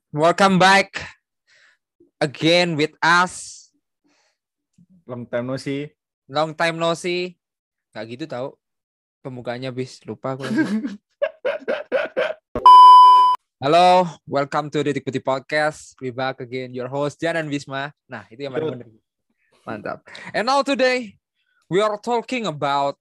Welcome back again with us. Long time no see. Long time no see. Gak gitu tau. Pemukanya bis. Lupa aku lagi. Halo, welcome to Detik Putih Podcast. We back again, your host Jan dan Bisma. Nah, itu yang paling benar. Mantap. And now today, we are talking about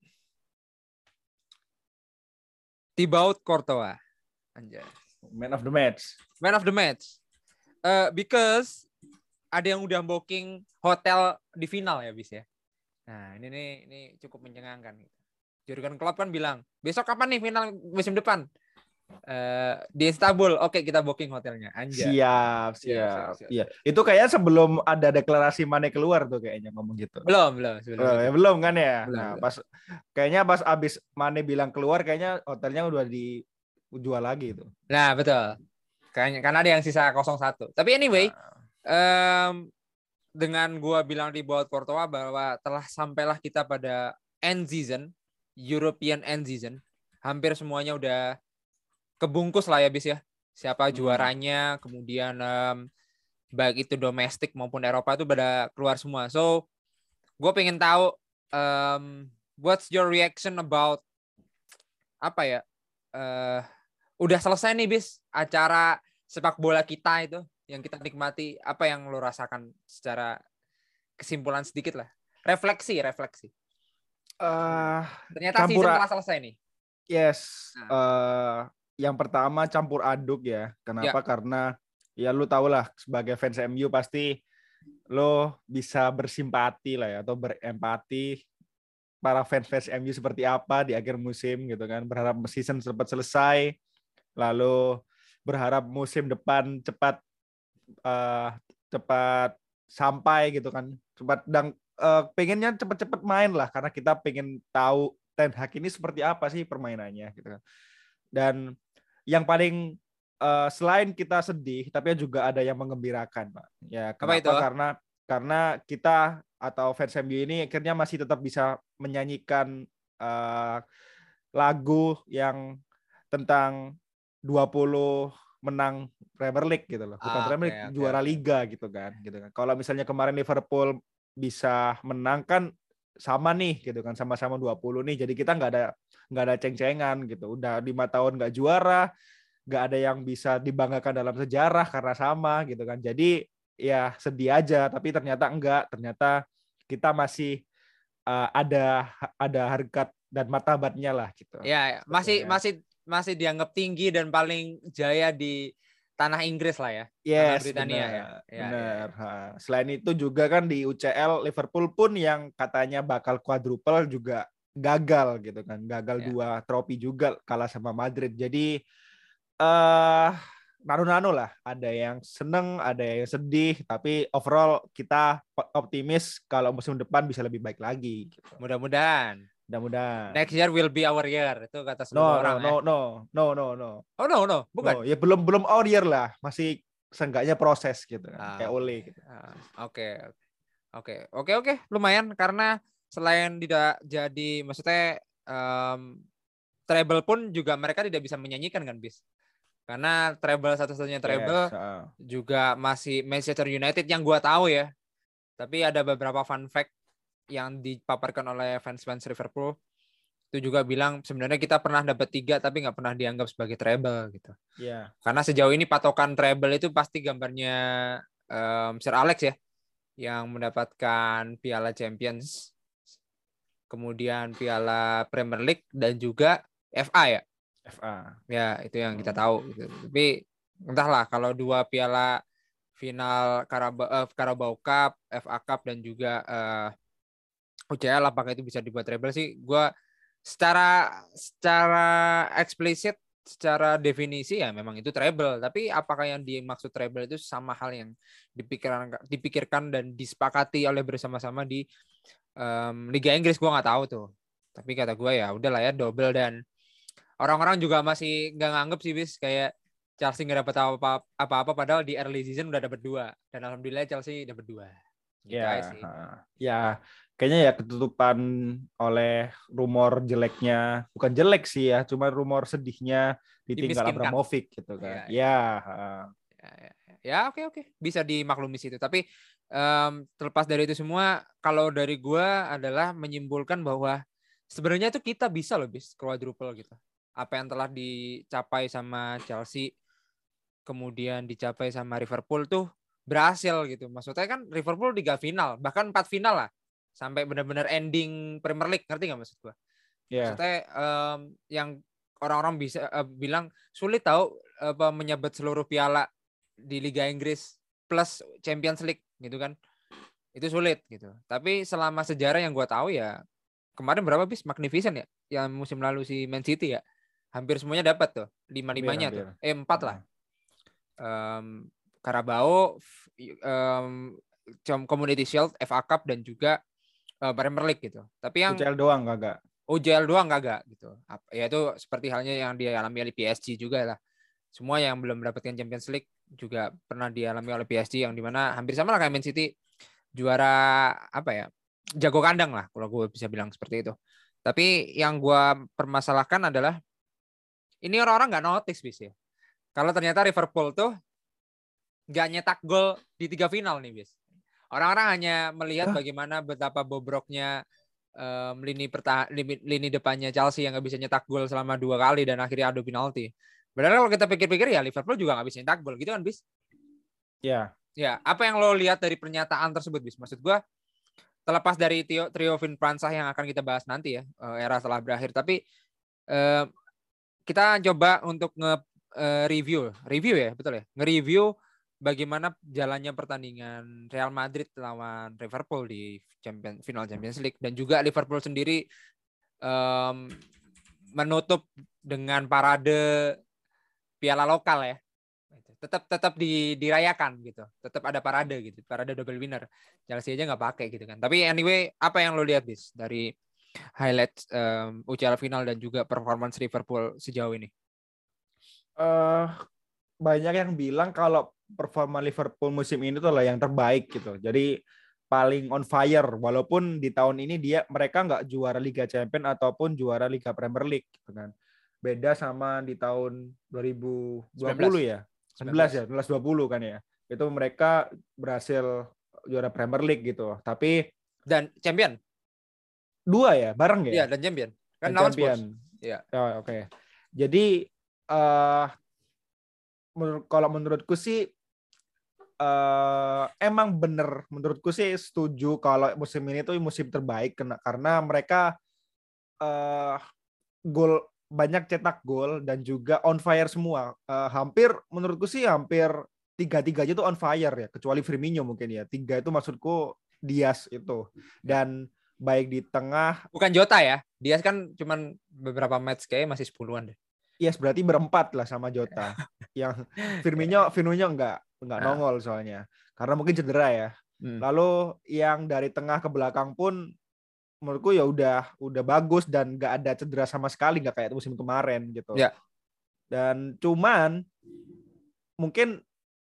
Thibaut Courtois. Anjay. Man of the match. Man of the match. Because ada yang udah booking hotel di final ya, Bis ya. Nah, ini cukup mencengangkan. Jurgen Klopp kan bilang, besok kapan nih final musim depan? Di Istanbul. Oke, kita booking hotelnya. Anjay. Siap. Iya. Itu kayaknya sebelum ada deklarasi Mane keluar tuh kayaknya ngomong gitu. Belum Belum kan ya? Belum. Pas abis Mane bilang keluar kayaknya hotelnya udah dijual lagi itu. Nah, betul. Karena ada yang sisa 0-1. Tapi anyway, dengan gua bilang di Thibaut Courtois bahwa telah sampailah kita pada end season, European end season. Hampir semuanya udah kebungkus lah ya, Bis ya. Siapa juaranya, kemudian baik itu domestik maupun Eropa itu pada keluar semua. So, gue pengen tahu what's your reaction about apa ya? Udah selesai nih, Bis, acara sepak bola kita itu yang kita nikmati. Apa yang lo rasakan secara kesimpulan sedikit lah? Refleksi. Ternyata season telah selesai nih. Yes. Yang pertama campur aduk ya. Kenapa? Ya. Karena ya lu tau lah sebagai fans MU pasti lo bisa bersimpati lah ya atau berempati para fans MU seperti apa di akhir musim gitu kan. Berharap season cepat selesai, lalu berharap musim depan cepat sampai gitu kan. Pengennya cepet-cepet main lah karena kita pengen tahu Ten Hag ini seperti apa sih permainannya gitu kan. Dan yang paling selain kita sedih, tapi juga ada yang menggembirakan, Pak. Ya, kenapa? Karena kita atau fans MU ini akhirnya masih tetap bisa menyanyikan lagu yang tentang 20 menang Premier League gitu loh. Bukan Premier League, juara Liga gitu kan. Kalau misalnya kemarin Liverpool bisa menang kan sama nih gitu kan, sama-sama 20 nih, jadi kita nggak ada ceng-cengan gitu. Udah 5 tahun nggak juara, nggak ada yang bisa dibanggakan dalam sejarah karena sama gitu kan. Jadi ya sedih aja, tapi ternyata enggak, ternyata kita masih ada harkat dan martabatnya lah gitu. Ya, masih dianggap tinggi dan paling jaya di tanah Inggris lah ya. Yes, Britania benar. Ya. Selain itu juga kan di UCL Liverpool pun yang katanya bakal quadruple juga gagal gitu kan. Gagal 2 trofi juga, kalah sama Madrid. Jadi nano lah. Ada yang seneng, ada yang sedih. Tapi overall kita optimis kalau musim depan bisa lebih baik lagi. Gitu. Mudah-mudahan. Next year will be our year. Itu kata seluruh orang. No. Oh no, bukan. Ya belum our year lah. Masih seenggaknya proses gitu kan. Kayak Ole gitu. Oke. Lumayan karena selain tidak jadi, maksudnya treble pun juga mereka tidak bisa menyanyikan kan, Bis. Karena treble satu-satunya treble juga masih Manchester United yang gua tahu ya. Tapi ada beberapa fun fact yang dipaparkan oleh fans Liverpool itu juga bilang sebenarnya kita pernah dapat 3 tapi nggak pernah dianggap sebagai treble gitu. Yeah. Karena sejauh ini patokan treble itu pasti gambarnya Sir Alex ya, yang mendapatkan Piala Champions, kemudian Piala Premier League dan juga FA ya. FA. Ya, itu yang kita tahu gitu. Tapi entahlah kalau 2 piala final Carabao Cup, FA Cup dan juga UCL apakah itu bisa dibuat treble sih? Gua secara eksplisit, secara definisi ya memang itu treble. Tapi apakah yang dimaksud treble itu sama hal yang dipikirkan dan disepakati oleh bersama-sama di Liga Inggris? Gua nggak tahu tuh. Tapi kata gue ya udahlah ya double, dan orang-orang juga masih nggak nganggep sih, Bis, kayak Chelsea nggak dapat apa-apa padahal di early season udah dapat 2 dan alhamdulillah Chelsea dapat 2. Gitu aja sih. Ya, kayaknya ya ketutupan oleh rumor jeleknya, bukan jelek sih ya, cuma rumor sedihnya ditinggal Abramovich gitu kan. Ya. Ya oke. Bisa dimaklumi situ. Tapi terlepas dari itu semua, kalau dari gua adalah menyimpulkan bahwa sebenarnya itu kita bisa loh bis quadruple gitu. Apa yang telah dicapai sama Chelsea, kemudian dicapai sama Liverpool tuh berhasil gitu. Maksudnya kan Liverpool 3 final, bahkan 4 final lah. Sampai benar-benar ending Premier League, ngerti nggak maksud gua? Yeah. Maksudnya yang orang-orang bisa bilang sulit tahu menyabet seluruh piala di Liga Inggris plus Champions League gitu kan. Itu sulit gitu. Tapi selama sejarah yang gue tahu ya, kemarin berapa bis Magnificent ya yang musim lalu si Man City ya. Hampir semuanya dapat tuh. 5-5-nya tuh. 4 lah. Carabao, Community Shield, FA Cup dan juga Premier League gitu. Tapi yang UCL doang kagak. UCL doang kagak gitu. Ya itu seperti halnya yang dialami oleh PSG juga lah. Semua yang belum mendapatkan Champions League juga pernah dialami oleh PSG, yang dimana hampir sama lah kayak Man City, juara apa ya, jago kandang lah kalau gue bisa bilang seperti itu. Tapi yang gue permasalahkan adalah ini orang-orang nggak notice bis ya. Kalau ternyata Liverpool tuh nggak nyetak gol di 3 final nih bis. Orang-orang hanya melihat bagaimana betapa bobroknya lini depannya Chelsea yang nggak bisa nyetak gol selama 2 kali dan akhirnya adu penalti. Padahal kalau kita pikir-pikir ya Liverpool juga nggak bisa nyetak gol gitu kan bis. Ya. Ya, apa yang lo lihat dari pernyataan tersebut bis? Maksud gue terlepas dari trio Vin Pranzah yang akan kita bahas nanti ya, era setelah berakhir, tapi kita coba untuk review ya, betul ya, nge-review bagaimana jalannya pertandingan Real Madrid lawan Liverpool di final Champions League, dan juga Liverpool sendiri menutup dengan parade piala lokal ya. Tetap dirayakan gitu, tetap ada parade gitu, parade double winner. Chelsea aja nggak pakai gitu kan. Tapi anyway, apa yang lo lihat bis dari highlight UCL final dan juga performance Liverpool sejauh ini? Banyak yang bilang kalau performa Liverpool musim ini tuh lah yang terbaik gitu. Jadi paling on fire, walaupun di tahun ini mereka nggak juara Liga Champions ataupun juara Liga Premier League gitu kan. Beda sama di tahun 2020 ya. 19 ya, 19-20 kan ya. Itu mereka berhasil juara Premier League gitu. Tapi dan champion 2 ya, bareng ya? Iya, dan champion. Kan lawan Spurs. Iya. Oh, oke. Jadi kalau menurutku sih emang bener, menurutku sih setuju kalau musim ini tuh musim terbaik karena mereka gol, banyak cetak gol dan juga on fire semua. Hampir menurutku sih hampir 3-3 tuh on fire ya, kecuali Firmino mungkin ya. 3 itu maksudku Diaz itu. Dan baik di tengah. Bukan Jota ya. Diaz kan cuman beberapa match kayaknya masih 10-an deh. Yes, berarti berempat lah sama Jota. Yang Firmino enggak nongol soalnya. Karena mungkin cedera ya. Lalu yang dari tengah ke belakang pun menurutku ya udah bagus dan nggak ada cedera sama sekali, nggak kayak musim kemarin gitu. Ya. Dan cuman mungkin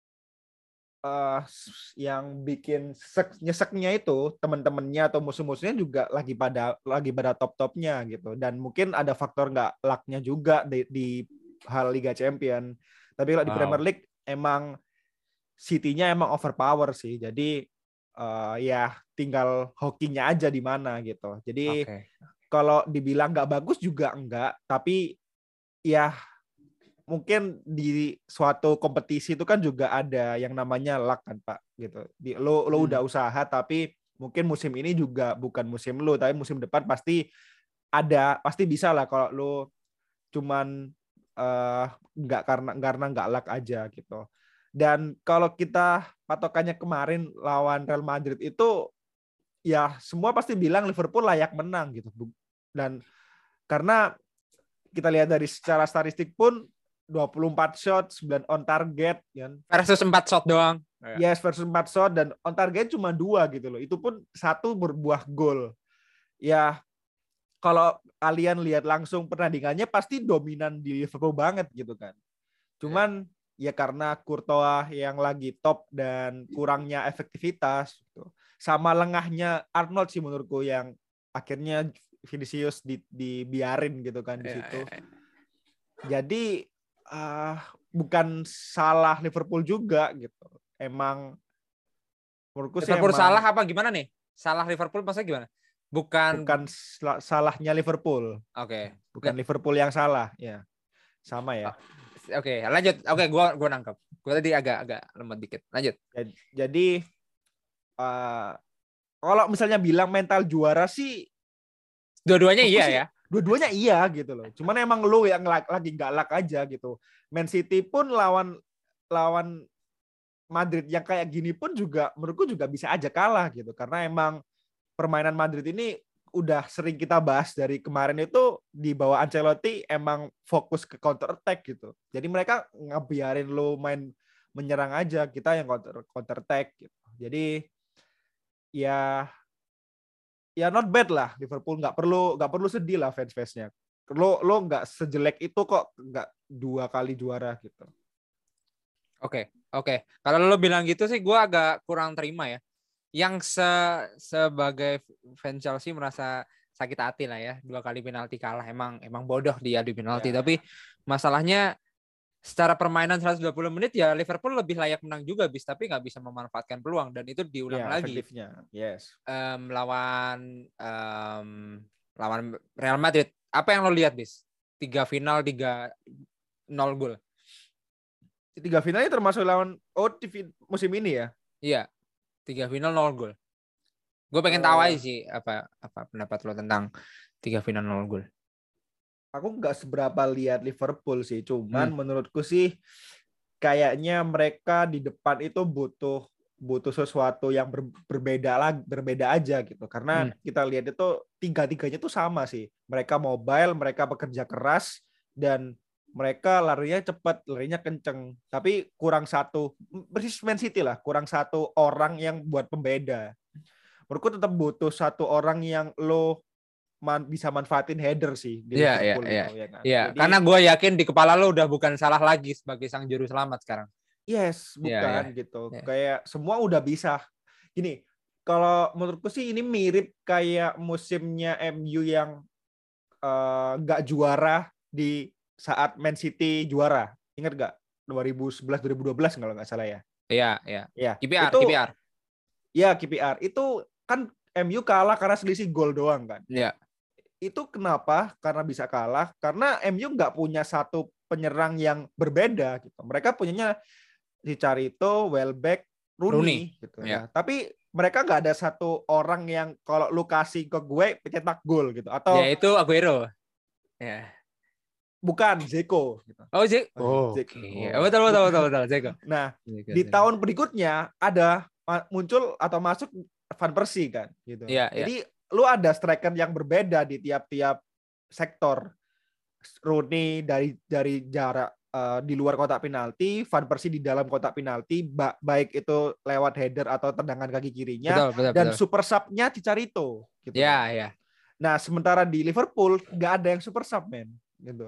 yang bikin nyeseknya itu teman-temannya atau musuh-musuhnya juga lagi pada top-topnya gitu. Dan mungkin ada faktor nggak lucknya juga di hal Liga Champion. Tapi kalau di Premier League emang City-nya emang overpower sih. Jadi ya tinggal hokinya aja di mana gitu. Jadi kalau dibilang nggak bagus juga enggak, tapi ya mungkin di suatu kompetisi itu kan juga ada yang namanya luck kan Pak gitu. Lo udah usaha tapi mungkin musim ini juga bukan musim lo, tapi musim depan pasti bisa lah kalau lo cuman nggak karena nggak luck aja gitu. Dan kalau kita patokannya kemarin lawan Real Madrid itu ya semua pasti bilang Liverpool layak menang gitu. Dan karena kita lihat dari secara statistik pun 24 shot, 9 on target kan. Versus 4 shot doang. Yes, versus 4 shot dan on target cuma 2 gitu loh. Itu pun 1 berbuah gol. Ya kalau kalian lihat langsung pertandingannya pasti dominan di Liverpool banget gitu kan. Cuman ya karena Courtois yang lagi top dan kurangnya efektivitas gitu. Sama lengahnya Arnold sih menurutku yang akhirnya Vinicius dibiarin gitu kan di situ. Jadi bukan salah Liverpool juga gitu. Emang menurutku sih Liverpool emang salah apa gimana nih? Salah Liverpool maksudnya gimana? Bukan. bukan salahnya Liverpool. Oke. Bukan Liverpool yang salah, ya. Sama ya. Oke, lanjut. Oke, gua nangkep. Gua tadi agak lemot dikit. Lanjut. Jadi kalau misalnya bilang mental juara sih Dua-duanya iya sih, ya. Dua-duanya iya gitu loh. Cuman emang lu yang lagi nggak luck aja gitu. Man City pun lawan Madrid yang kayak gini pun juga menurutku juga bisa aja kalah gitu. Karena emang permainan Madrid ini udah sering kita bahas dari kemarin itu di bawah Ancelotti emang fokus ke counter attack gitu. Jadi mereka ngebiarin lu main menyerang aja, kita yang counter attack gitu. Jadi ya not bad lah Liverpool, nggak perlu sedih lah fans-fansnya. Lo nggak sejelek itu kok, nggak 2 kali juara gitu. Oke. Kalau lo bilang gitu sih gue agak kurang terima ya. Yang sebagai fans Chelsea merasa sakit hati lah ya, 2 kali penalti kalah. Emang bodoh dia adu penalti. Ya. Tapi masalahnya secara permainan 120 menit ya Liverpool lebih layak menang juga bis, tapi nggak bisa memanfaatkan peluang dan itu diulang lagi. Efektifnya. Yes. Lawan Real Madrid. Apa yang lo lihat bis? 3 final 3-0 gol. 3 finalnya termasuk lawan TV musim ini ya? Iya. 3 final 0 gol. Gue pengen tahu aja sih apa pendapat lo tentang 3 final 0 gol. Aku nggak seberapa lihat Liverpool sih, cuman menurutku sih kayaknya mereka di depan itu butuh sesuatu yang berbeda aja gitu. Karena kita lihat itu tiga-tiganya tuh sama sih. Mereka mobile, mereka bekerja keras, dan mereka larinya cepat, larinya kenceng. Tapi kurang satu, persis Man City lah, kurang satu orang yang buat pembeda. Menurutku tetap butuh satu orang yang bisa manfaatin header sih di Liverpool itu, ya kan. Iya, karena gue yakin di kepala lo udah bukan salah lagi sebagai sang juru selamat sekarang. Yes, bukan gitu. Kayak semua udah bisa. Gini, kalau menurutku sih ini mirip kayak musimnya MU yang nggak juara di saat Man City juara. Ingat nggak? 2011-2012 kalau nggak salah ya. Iya. KPR. Iya, KPR. Itu kan MU kalah karena selisih gol doang kan. Iya. Itu kenapa? Karena bisa kalah. Karena MU nggak punya satu penyerang yang berbeda gitu. Mereka punyanya si Carito, Welbeck, Rooney gitu ya. Tapi mereka nggak ada satu orang yang kalau lu kasih ke gue pencetak gol gitu. Atau ya itu Aguero. Ya. Bukan, Zeko gitu. Oh, Zeko. Betul Zeko. Nah, di tahun berikutnya ada muncul atau masuk Van Persie kan gitu. Jadi lu ada striker yang berbeda di tiap-tiap sektor. Rooney dari jarak di luar kotak penalti, Van Persie di dalam kotak penalti, baik itu lewat header atau tendangan kaki kirinya, dan super sub-nya Chicharito gitu. Iya. Nah, sementara di Liverpool nggak ada yang super sub, men, gitu.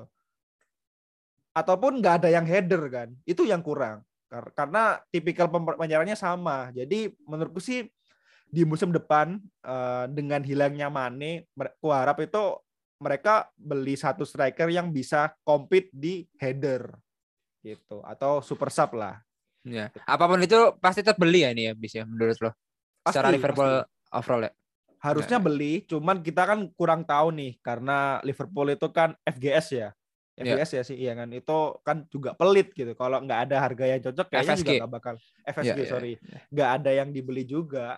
Ataupun nggak ada yang header kan. Itu yang kurang. Karena tipikal penyerangnya sama. Jadi menurutku sih di musim depan dengan hilangnya Mane, aku harap itu mereka beli satu striker yang bisa compete di header gitu atau super sub lah. Ya. Apapun itu pasti terbeli ya ini ya bis ya menurut lo. Secara Liverpool overall ya. Harusnya beli, cuman kita kan kurang tahu nih karena Liverpool itu kan FGS ya. FGS ya sih, iya kan. Itu kan juga pelit gitu. Kalau nggak ada harga yang cocok kayaknya juga nggak bakal FSG nggak ada yang dibeli juga.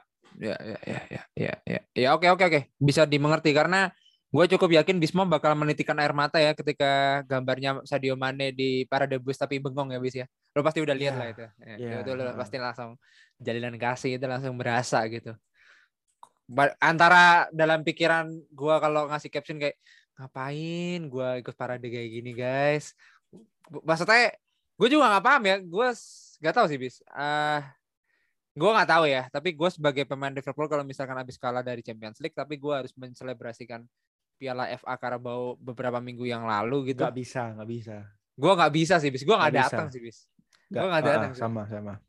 Ya oke. Bisa dimengerti karena gue cukup yakin Bisma bakal menitikan air mata ya ketika gambarnya Sadio Mane di parade bus tapi bengong ya bis ya. Lo pasti udah lihat lah itu. Itu lo pasti langsung jalinan kasih itu langsung berasa gitu. Antara dalam pikiran gue kalau ngasih caption kayak ngapain gue ikut parade kayak gini guys. Maksudnya gue juga nggak paham ya. Gue nggak tahu sih bis. Gue nggak tahu ya. Tapi gue sebagai pemain Liverpool kalau misalkan habis kalah dari Champions League, tapi gue harus menselebrasikan Piala FA Carabao beberapa minggu yang lalu gitu. Nggak bisa. Gue nggak bisa sih bis. Gue nggak datang sih bis. Gue nggak datang. Sama.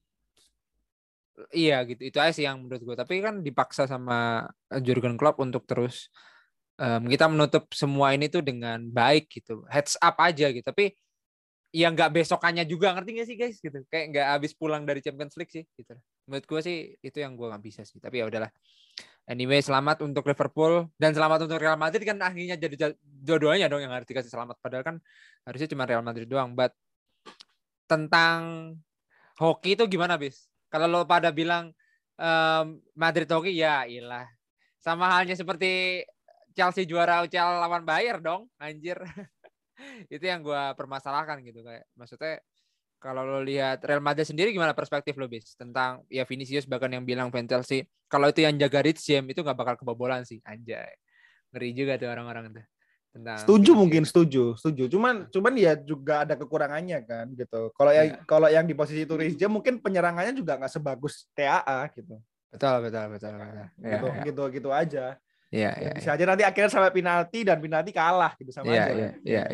Iya gitu. Itu aja sih yang menurut gue. Tapi kan dipaksa sama Jurgen Klopp untuk terus kita menutup semua ini tuh dengan baik gitu. Heads up aja gitu. Tapi ya nggak besokannya juga, ngerti nggak sih guys gitu, kayak nggak habis pulang dari Champions League sih gitu. Menurut gue sih itu yang gue nggak bisa sih, tapi ya udahlah. Anyway, selamat untuk Liverpool dan selamat untuk Real Madrid, kan akhirnya jadi dua-duanya dong yang harus dikasih selamat, padahal kan harusnya cuma Real Madrid doang. But tentang hoki itu gimana bis? Kalau lo pada bilang Madrid hoki, ya iyalah, sama halnya seperti Chelsea juara UCL lawan Bayern dong, anjir. Itu yang gue permasalahkan gitu, kayak maksudnya kalau lo lihat Real Madrid sendiri, gimana perspektif lo bis tentang ya Vinicius bahkan yang bilang Van Chelsea kalau itu yang jaga Rich James itu nggak bakal kebobolan sih, anjay, ngeri juga tuh orang-orang itu tentang Setuju Vinicius. mungkin setuju. Cuman ya juga ada kekurangannya kan gitu. Kalau yang di posisi itu Rich James mungkin penyerangannya juga nggak sebagus TAA gitu. Betul. Gitu aja. Iya, ya, bisa aja nanti akhirnya sampai penalti dan penalti kalah gitu sama aja.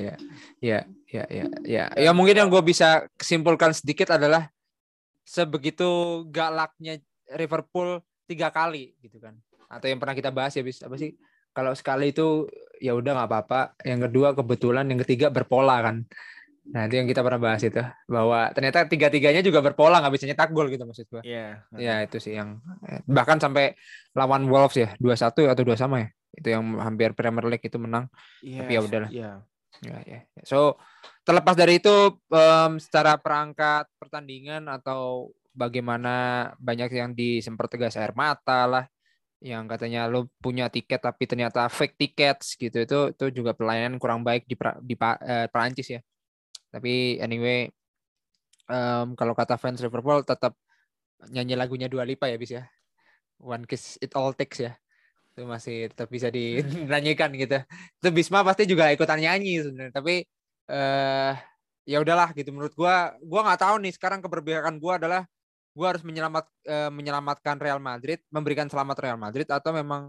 Ya mungkin yang gue bisa simpulkan sedikit adalah sebegitu galaknya Liverpool 3 kali gitu kan. Atau yang pernah kita bahas ya bis, apa sih? Kalau sekali itu ya udah nggak apa-apa. Yang kedua kebetulan, yang ketiga berpola kan. Nah itu yang kita pernah bahas itu, bahwa ternyata 3-3-nya juga berpola, nggak bisa nyetak gol gitu maksud gue. Ya itu sih yang bahkan sampai lawan Wolves ya 2-1 atau 2 sama ya, itu yang hampir Premier League itu menang. Tapi ya udahlah. Ya. So terlepas dari itu, secara perangkat pertandingan atau bagaimana banyak yang disemprot gas air mata lah, yang katanya lo punya tiket tapi ternyata fake tickets gitu, itu juga pelayanan kurang baik di Perancis ya. Tapi anyway, kalau kata fans Liverpool tetap nyanyi lagunya Dua Lipa ya bis ya, One Kiss It All Takes ya, itu masih tetap bisa dinyanyikan gitu. Itu Bisma pasti juga ikutan nyanyi sebenarnya. Tapi ya udahlah gitu. Menurut gua nggak tahu nih sekarang keberpihakan gua adalah gua harus menyelamatkan Real Madrid, memberikan selamat Real Madrid, atau memang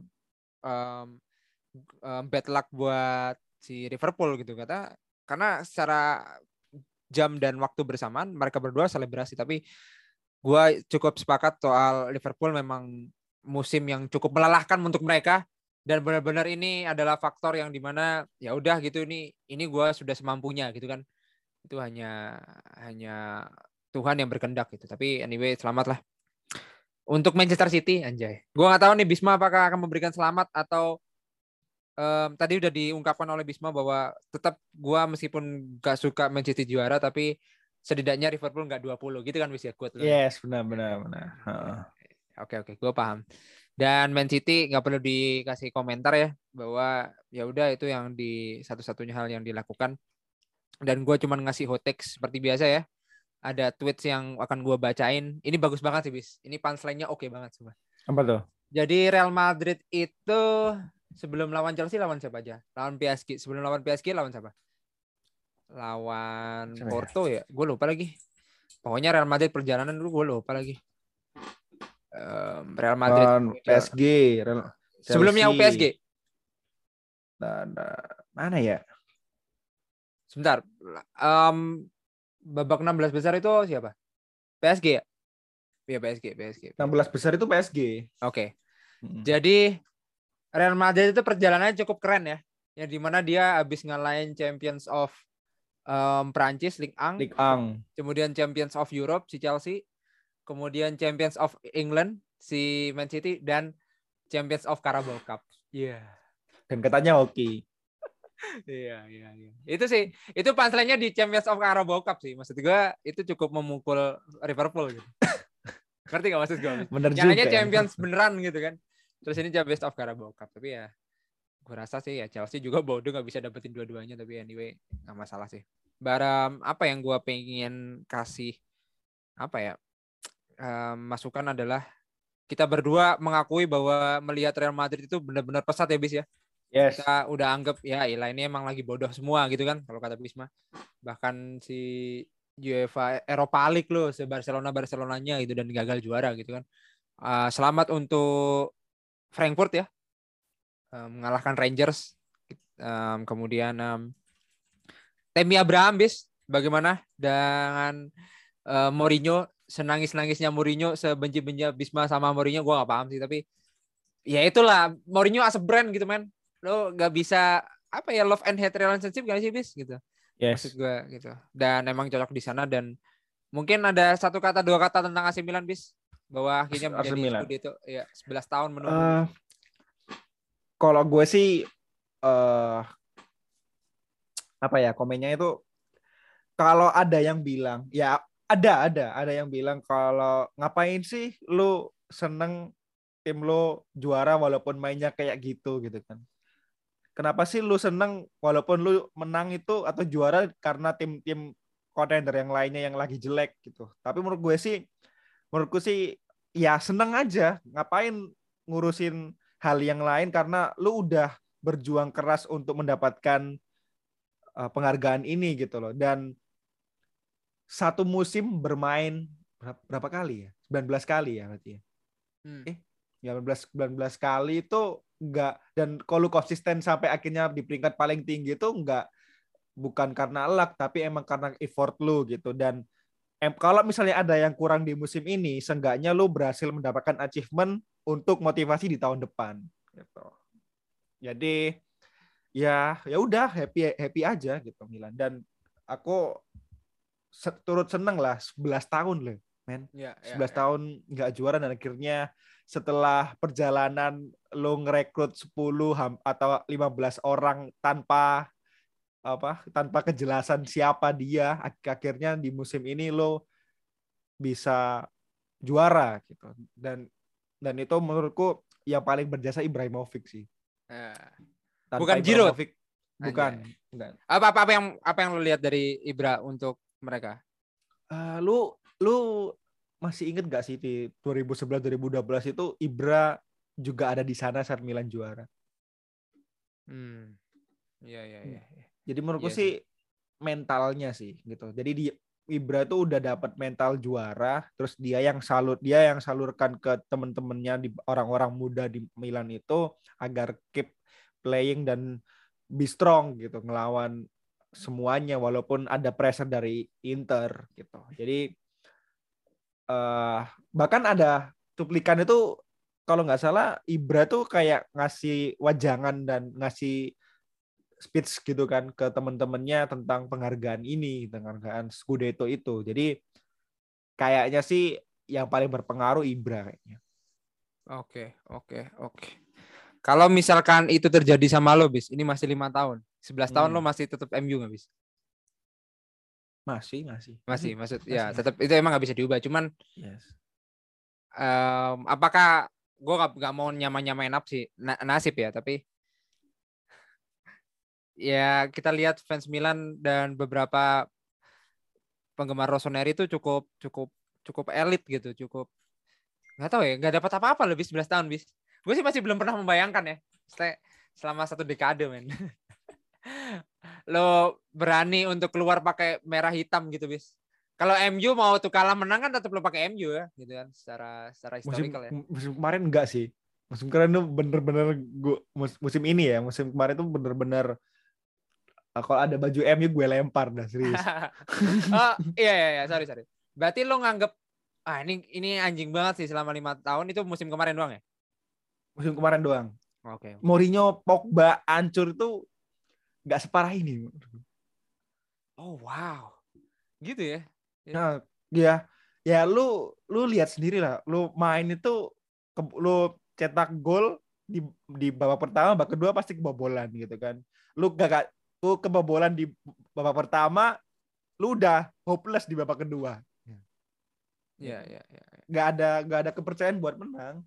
bad luck buat si Liverpool gitu, karena secara jam dan waktu bersamaan mereka berdua selebrasi. Tapi gue cukup sepakat soal Liverpool memang musim yang cukup melelahkan untuk mereka, dan benar-benar ini adalah faktor yang dimana ya udah gitu, ini gue sudah semampunya gitu kan, itu hanya Tuhan yang berkehendak gitu. Tapi anyway, selamat lah untuk Manchester City, anjay. Gue nggak tahu nih Bisma apakah akan memberikan selamat atau tadi udah diungkapkan oleh Bisma bahwa tetap gue meskipun gak suka Man City juara, tapi setidaknya Liverpool nggak 20 gitu kan, bisa quote. Yes, benar. Oke, gue paham. Dan Man City nggak perlu dikasih komentar ya, bahwa ya udah itu yang di satu-satunya hal yang dilakukan. Dan gue cuman ngasih hot take seperti biasa ya. Ada tweets yang akan gue bacain. Ini bagus banget sih bis. Ini punchline-nya oke banget semua. Apa tuh? Jadi Real Madrid itu sebelum lawan Chelsea lawan siapa aja? Lawan PSG. Sebelum lawan PSG lawan siapa? Lawan Porto ya? Gue lupa lagi. Pokoknya Real Madrid perjalanan dulu gue lupa lagi. Real Madrid PSG. Sebelumnya PSG. Mana ya? Sebentar. Babak 16 besar itu siapa? PSG ya? Iya PSG. 16 besar itu PSG. Oke. Jadi Real Madrid itu perjalanannya cukup keren ya. Yang dimana dia habis ngalahin Champions of Prancis, Ligue 1. Kemudian Champions of Europe si Chelsea. Kemudian Champions of England si Man City, dan Champions of Carabao Cup. Iya. Yeah. Dan katanya hoki. Iya. Itu sih, itu punchline-nya di Champions of Carabao Cup sih. Maksud gue itu cukup memukul Liverpool gitu. Ngerti gak maksud gue? Yang hanya Champions beneran gitu kan. Terus ini Champions of Carabao Cup. Tapi ya gue rasa sih ya Chelsea juga bodoh gak bisa dapetin dua-duanya. Tapi anyway gak masalah sih. Apa yang gue pengen kasih masukan adalah kita berdua mengakui bahwa melihat Real Madrid itu benar-benar pesat ya bis ya. Yes. Kita udah anggap ya ilah ini emang lagi bodoh semua gitu kan kalau kata Bisma. Bahkan si UEFA Europa League loh Barcelonanya gitu dan gagal juara gitu kan. Selamat untuk Frankfurt ya, mengalahkan Rangers. Kemudian Tammy Abraham bis, bagaimana dengan Mourinho, senangis-nangisnya Mourinho, sebenci-bencinya Bisma sama Mourinho, gue gak paham sih, tapi ya itulah Mourinho as a brand gitu men, lo gak bisa love and hate relationship gak sih bis gitu. Maksud gue gitu. Dan emang cocok di sana, dan mungkin ada satu kata dua kata tentang AC Milan bis, bahwa akhirnya menjadi Scudetto ya 11 tahun menunggu. Kalau gue sih apa ya, komennya itu, kalau ada yang bilang ya ada yang bilang kalau ngapain sih lu seneng tim lu juara walaupun mainnya kayak gitu kan. Kenapa sih lu seneng walaupun lu menang itu atau juara karena tim-tim kontender yang lainnya yang lagi jelek gitu. Tapi menurutku sih ya seneng aja, ngapain ngurusin hal yang lain karena lu udah berjuang keras untuk mendapatkan penghargaan ini gitu loh. Dan satu musim bermain berapa kali ya? 19 kali ya berarti ya. 19 kali itu enggak, dan kalau konsisten sampai akhirnya di peringkat paling tinggi itu enggak, bukan karena luck tapi emang karena effort lu gitu. Dan kalau misalnya ada yang kurang di musim ini, seenggaknya lu berhasil mendapatkan achievement untuk motivasi di tahun depan gitu. Jadi ya udah happy aja gitu Milan. Dan aku turut seneng lah 11 tahun loh men. 11 tahun nggak juara, dan akhirnya setelah perjalanan lo ngerekrut 10 atau 15 orang tanpa kejelasan siapa dia, akhirnya di musim ini lo bisa juara gitu. Dan itu menurutku yang paling berjasa Ibrahimovic sih. Tanpa bukan Giroud. Bukan. Apa yang lo lihat dari Ibra untuk mereka? Lu masih inget gak sih di 2011-2012 itu Ibra juga ada di sana saat Milan juara. Iya. Jadi menurutku sih mentalnya sih gitu. Jadi Ibra tuh udah dapat mental juara, terus dia yang salurkan ke temen-temennya, di orang-orang muda di Milan itu agar keep playing dan be strong gitu, ngelawan semuanya walaupun ada pressure dari Inter gitu. Jadi bahkan ada cuplikan itu kalau nggak salah Ibra tuh kayak ngasih wajangan dan ngasih speech gitu kan ke teman-temannya tentang penghargaan ini, penghargaan Scudetto itu. Jadi kayaknya sih yang paling berpengaruh Ibra kayaknya. Oke. Kalau misalkan itu terjadi sama lo bis, ini masih 5 tahun, 11 tahun lo masih tetap MU nggak bis? Masih. Maksud ya tetap itu emang nggak bisa diubah. Cuman apakah gue nggak mau nyamain nasib ya, tapi ya kita lihat fans Milan dan beberapa penggemar Rossoneri itu cukup elit gitu, cukup nggak tahu ya, nggak dapat apa-apa lebih 11 tahun bis. Gue sih masih belum pernah membayangkan ya selama 1 dekade men. Lo berani untuk keluar pakai merah hitam gitu bis. Kalau MU mau tuh kalah menang kan tetap lo pakai MU ya gitu kan, secara historical ya. Musim kemarin enggak sih. Musim kemarin tuh bener-bener musim ini ya, musim kemarin tuh bener-bener kalau ada baju MU gue lempar dah serius. Oh iya sorry. Berarti lo nganggep ini anjing banget sih selama 5 tahun, itu musim kemarin doang ya? Musim kemarin doang. Oke. Mourinho, Pogba hancur tuh nggak separah ini. Oh wow, gitu ya? Nah, ya lu lihat sendiri lah. Lu main itu, lu cetak gol di babak pertama, babak kedua pasti kebobolan gitu kan. Lu kebobolan di babak pertama, lu udah hopeless di babak kedua. Iya. Nggak ada kepercayaan buat menang.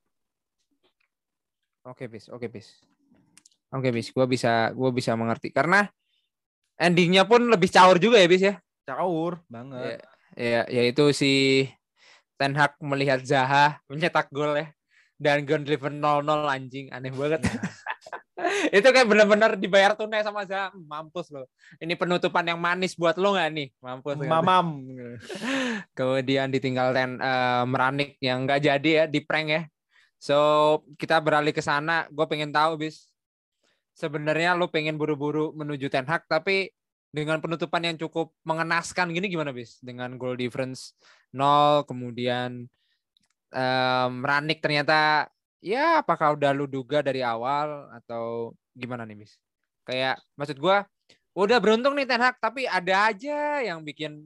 Oke bis. Gue bisa mengerti karena endingnya pun lebih caur juga ya bis ya. Caur banget. Ya itu si Ten Hag melihat Zaha mencetak gol ya, dan Gundogan 0-0 anjing, aneh banget. Ya. Itu kayak benar-benar dibayar tunai sama Zaha. Mampus lo. Ini penutupan yang manis buat lo nggak nih? Mampus. Mamam. Kemudian ditinggal Meranik yang nggak jadi ya, di prank ya. So kita beralih ke sana. Gue pengen tahu bis, sebenarnya lo pengen buru-buru menuju Ten Hag, tapi dengan penutupan yang cukup mengenaskan gini gimana bis? Dengan goal difference 0, kemudian Meranik ternyata ya, apakah udah lu duga dari awal atau gimana nih bis? Kayak maksud gue udah beruntung nih Ten Hag, tapi ada aja yang bikin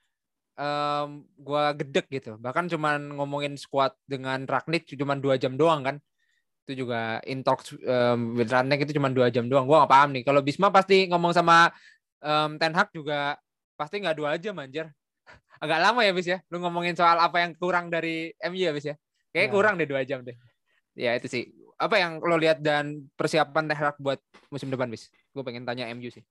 gua gedek gitu. Bahkan cuman ngomongin squad dengan Rangnick cuman 2 jam doang kan. Itu juga in talks with Rangnick itu cuma 2 jam doang. Gua nggak paham nih. Kalau Bisma pasti ngomong sama Ten Hag juga pasti nggak 2 jam anjir. Agak lama ya Bis ya. Lu ngomongin soal apa yang kurang dari MU ya Bis ya. Kayaknya kurang deh 2 jam deh. Ya itu sih. Apa yang lo lihat dan persiapan Ten Hag buat musim depan Bis? Gue pengen tanya MU sih.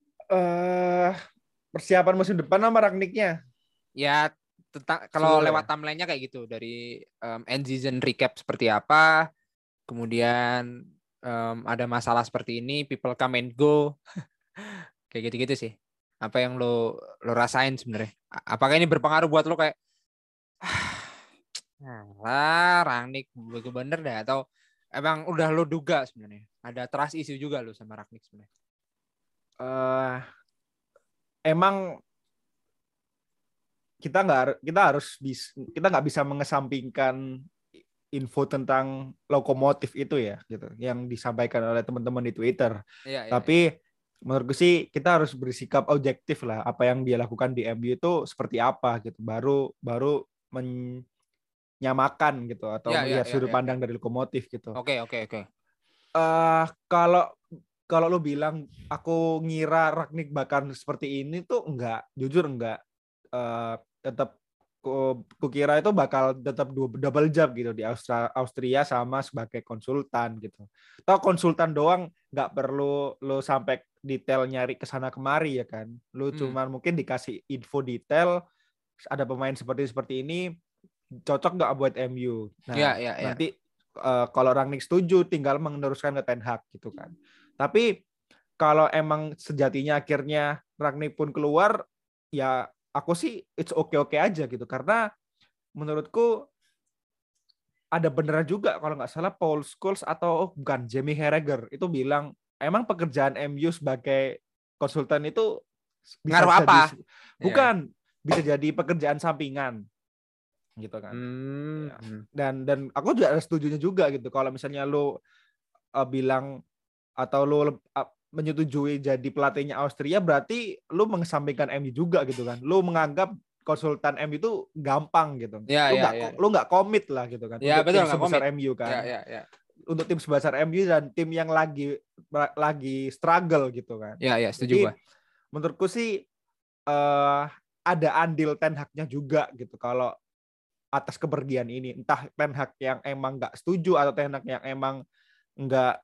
Persiapan musim depan sama Rangnicknya. Ya tentang kalau lewat timeline-nya kayak gitu dari end season recap seperti apa. Kemudian ada masalah seperti ini, people come and go, kayak gitu-gitu sih. Apa yang lo rasain sebenarnya? Apakah ini berpengaruh buat lo kayak, Rangnick bener deh, atau emang udah lo duga sebenarnya? Ada trust issue juga lo sama Rangnick sebenarnya? Emang kita nggak bisa mengesampingkan info tentang lokomotif itu ya gitu yang disampaikan oleh teman-teman di Twitter. Tapi menurutku sih kita harus bersikap objektif lah, apa yang dia lakukan di MU itu seperti apa gitu. Baru menyamakan gitu atau melihat sudut pandang dari lokomotif gitu. Oke. Kalau lo bilang aku ngira Rangnick bakal seperti ini tuh jujur enggak. Tetap kukira itu bakal tetap double job gitu di Austria sama sebagai konsultan gitu. Toh konsultan doang nggak perlu lo sampai detail nyari kesana kemari ya kan. Lo cuman mungkin dikasih info detail ada pemain seperti ini cocok nggak buat MU. Nah nanti kalau Rangnick setuju tinggal meneruskan ke Ten Hag gitu kan. Tapi kalau emang sejatinya akhirnya Rangnick pun keluar ya aku sih it's okay aja gitu, karena menurutku ada beneran juga kalau nggak salah Paul Scholes atau bukan Jamie Carragher itu bilang emang pekerjaan MU sebagai konsultan itu bisa ngaruh apa? Bukan bisa jadi pekerjaan sampingan gitu kan. Ya. Dan aku juga setujunya juga gitu kalau misalnya lo bilang atau lo menyetujui jadi pelatihnya Austria berarti lu mengesampingkan MU juga gitu kan. Lu menganggap konsultan MU itu gampang gitu. Lu nggak komit lah gitu kan untuk tim sebesar MU kan. Untuk tim sebesar MU dan tim yang lagi struggle gitu kan. Setuju gua. Menurutku sih ada andil Ten Hag-nya juga gitu kalau atas kepergian ini. Entah Ten Hag yang emang nggak setuju atau Ten Hag yang emang nggak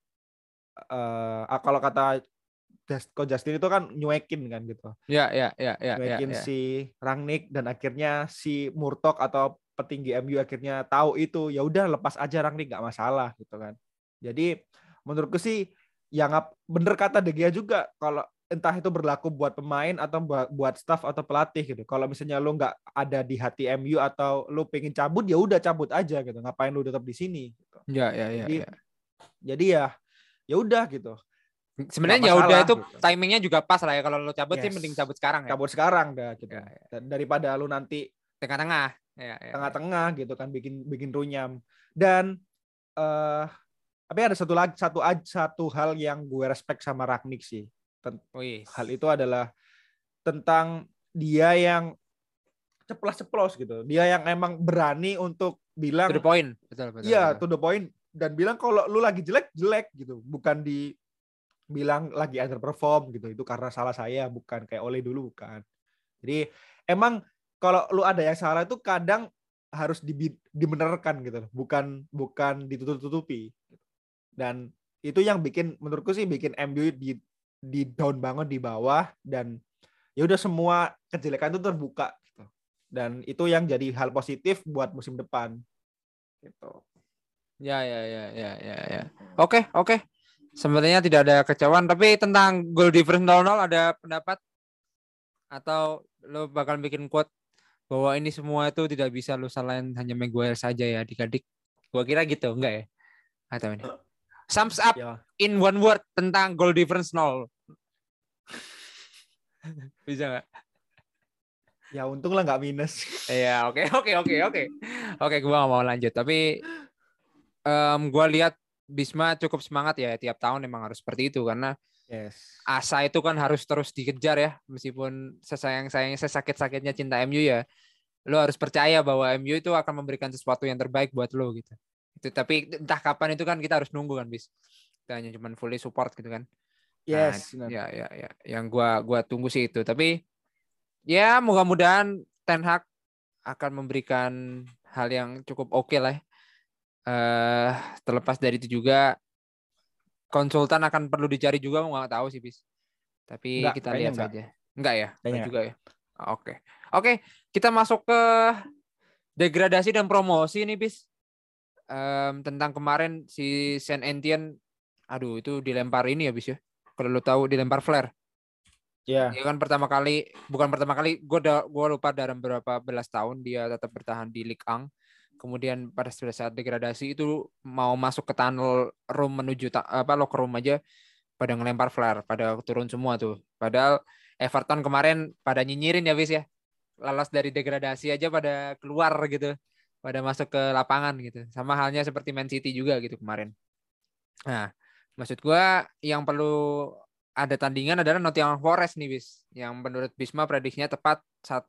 kalau kata Coach Justin itu kan nyuekin kan gitu. Nyuekin si Rangnick dan akhirnya si Murtock atau petinggi MU akhirnya tahu itu, ya udah lepas aja Rangnick nggak masalah gitu kan. Jadi menurutku sih yang bener kata De Gea juga, kalau entah itu berlaku buat pemain atau buat staff atau pelatih gitu. Kalau misalnya lu nggak ada di hati MU atau lu pengen cabut ya udah cabut aja gitu. Ngapain lu tetap di sini gitu. Jadi ya udah gitu. Sebenarnya ya udah itu gitu. Timingnya juga pas lah ya, kalau lo cabut sih mending cabut sekarang ya. Cabut sekarang dah gitu. Daripada lu nanti tengah-tengah. Tengah-tengah gitu kan bikin runyam. Dan tapi ada satu hal yang gue respect sama Rangnick sih. Hal itu adalah tentang dia yang ceplos-ceplos gitu. Dia yang emang berani untuk bilang to the point. Betul. Iya, to the point, dan bilang kalau lu lagi jelek gitu. Bukan bilang lagi underperform gitu. Itu karena salah saya, bukan kayak Ole dulu, bukan. Jadi emang kalau lu ada yang salah itu kadang harus dibenarkan gitu. Bukan ditutup-tutupi. Dan itu yang menurutku sih bikin MU di down banget di bawah, dan ya udah semua kejelekan itu terbuka gitu. Dan itu yang jadi hal positif buat musim depan gitu. Ya. Oke. Sebenarnya tidak ada kecewaan, tapi tentang goal difference 0-0 ada pendapat atau lo bakal bikin quote bahwa ini semua itu tidak bisa lo salahin hanya Maguire saja ya adik-adik? Gua kira gitu, enggak ya? Atau ini sums up in one word tentang goal difference 0. Bisa nggak? Ya untung lah nggak minus. Iya, oke. Oke, gue nggak mau lanjut. Tapi gue lihat Bisma cukup semangat ya, tiap tahun emang harus seperti itu, karena Yes. Asa itu kan harus terus dikejar ya, meskipun sesayang-sayangnya, sesakit-sakitnya cinta MU ya, lo harus percaya bahwa MU itu akan memberikan sesuatu yang terbaik buat lo gitu. Itu tapi entah kapan itu kan kita harus nunggu kan, bis. Kita hanya cuma fully support gitu kan. Nah, Yes. ya. Yang gua tunggu sih itu. Tapi ya mudah-mudahan Ten Hag akan memberikan hal yang cukup oke lah. Terlepas dari itu juga konsultan akan perlu dicari juga, nggak tahu sih, bis. Tapi Enggak, kita kayaknya lihat enggak. saja. Enggak ya? Kayaknya Enggak juga ya. Oke, kita masuk ke degradasi dan promosi nih, bis. Tentang kemarin si Saint Etienne, aduh itu dilempar ini ya, bis ya. Kalau lo tahu dilempar flare. Iya. Dia kan bukan pertama kali, gue lupa dalam berapa belas tahun dia tetap bertahan di Ligue 1. Kemudian pada saat degradasi itu mau masuk ke tunnel room menuju locker room aja pada ngelempar flare, pada turun semua tuh. Padahal Everton kemarin pada nyinyirin ya, bis ya. Lolos dari degradasi aja pada keluar gitu. Pada masuk ke lapangan gitu. Sama halnya seperti Man City juga gitu kemarin. Nah, maksud gua yang perlu ada tandingan adalah Nottingham Forest nih, bis. Yang menurut Bisma prediksinya tepat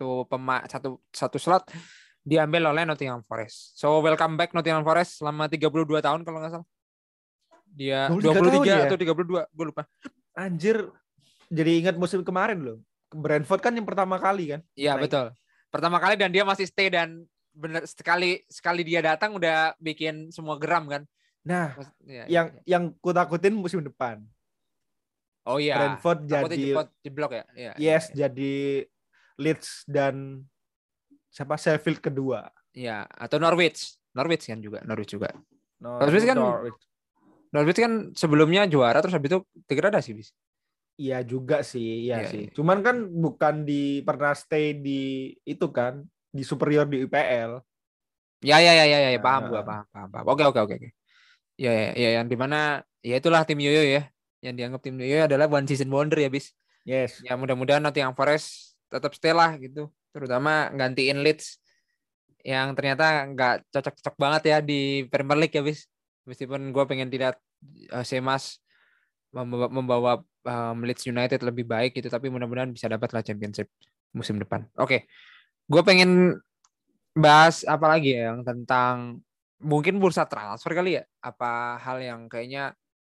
satu slot diambil oleh Nottingham Forest. So welcome back Nottingham Forest selama 32 tahun kalau nggak salah. Dia 23 tahun 23 ya? atau 32, gue lupa. Anjir, jadi ingat musim kemarin loh. Brentford kan yang pertama kali kan? Iya, betul. Pertama kali dan dia masih stay, dan bener sekali dia datang udah bikin semua geram kan. Nah, Ya. yang ku takutin musim depan. Oh iya. Brentford Takutnya jadi jeblok ya. Iya, yes, iya. jadi Leeds dan siapa Sheffield kedua. Iya, atau Norwich kan juga, Norwich juga. Norwich. Norwich kan sebelumnya juara terus habis itu degradasi, bis. Iya juga sih, iya sih. Iya. Cuman kan bukan pernah stay di itu kan, di superior di UPL. Ya, paham gua, Nah, paham. Oke. Ya, yang dimana ya itulah tim Yoyo ya. Yang dianggap tim Yoyo adalah one season wonder ya, bis. yes. Ya mudah-mudahan Nottingham Forest tetap stay lah gitu. Terutama gantiin Leeds yang ternyata nggak cocok-cocok banget ya di Premier League ya, bis. Meskipun gue pengen tidak Semas membawa Leeds United lebih baik gitu, tapi mudah-mudahan bisa dapat lah Championship musim depan. Oke. Gue pengen bahas apa lagi ya, yang tentang mungkin bursa transfer kali ya. Apa hal yang kayaknya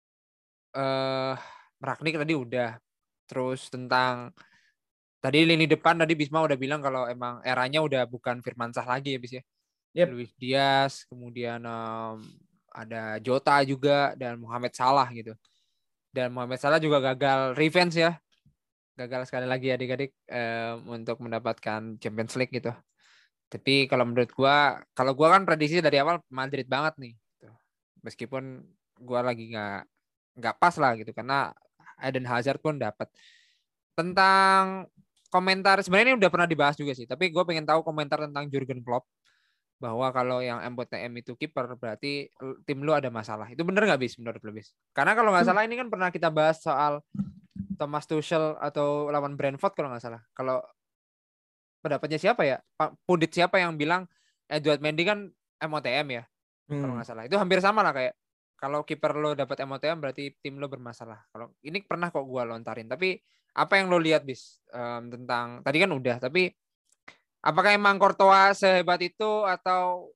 Ragnik tadi udah. Terus tentang tadi lini depan tadi Bisma udah bilang kalau emang eranya udah bukan Firmansyah lagi ya, bis ya. Yep. Luis Diaz, kemudian ada Jota juga dan Mohamed Salah gitu. Dan Mohamed Salah juga gagal revenge ya. Gagal sekali lagi adik-adik untuk mendapatkan Champions League gitu. Tapi kalau menurut kalau gua kan prediksi dari awal Madrid banget nih. Gitu. Meskipun gua lagi nggak pas lah gitu karena Eden Hazard pun dapat. Tentang komentar sebenarnya ini udah pernah dibahas juga sih. Tapi gue pengen tahu komentar tentang Jurgen Klopp bahwa kalau yang MBTM itu kiper berarti tim lu ada masalah. Itu bener nggak, bis, menurut lu, bis? Karena kalau nggak salah ini kan pernah kita bahas soal Thomas Tuchel atau lawan Brentford kalau nggak salah. Kalau pendapatnya siapa ya? Pundit siapa yang bilang Edward Mendy kan MOTM ya? Kalau nggak salah. Itu hampir sama lah kayak kalau kiper lo dapat MOTM berarti tim lo bermasalah. Kalau ini pernah kok gue lontarin. Tapi apa yang lo lihat, bis, tentang tadi kan udah. Tapi apakah emang Courtois sehebat itu atau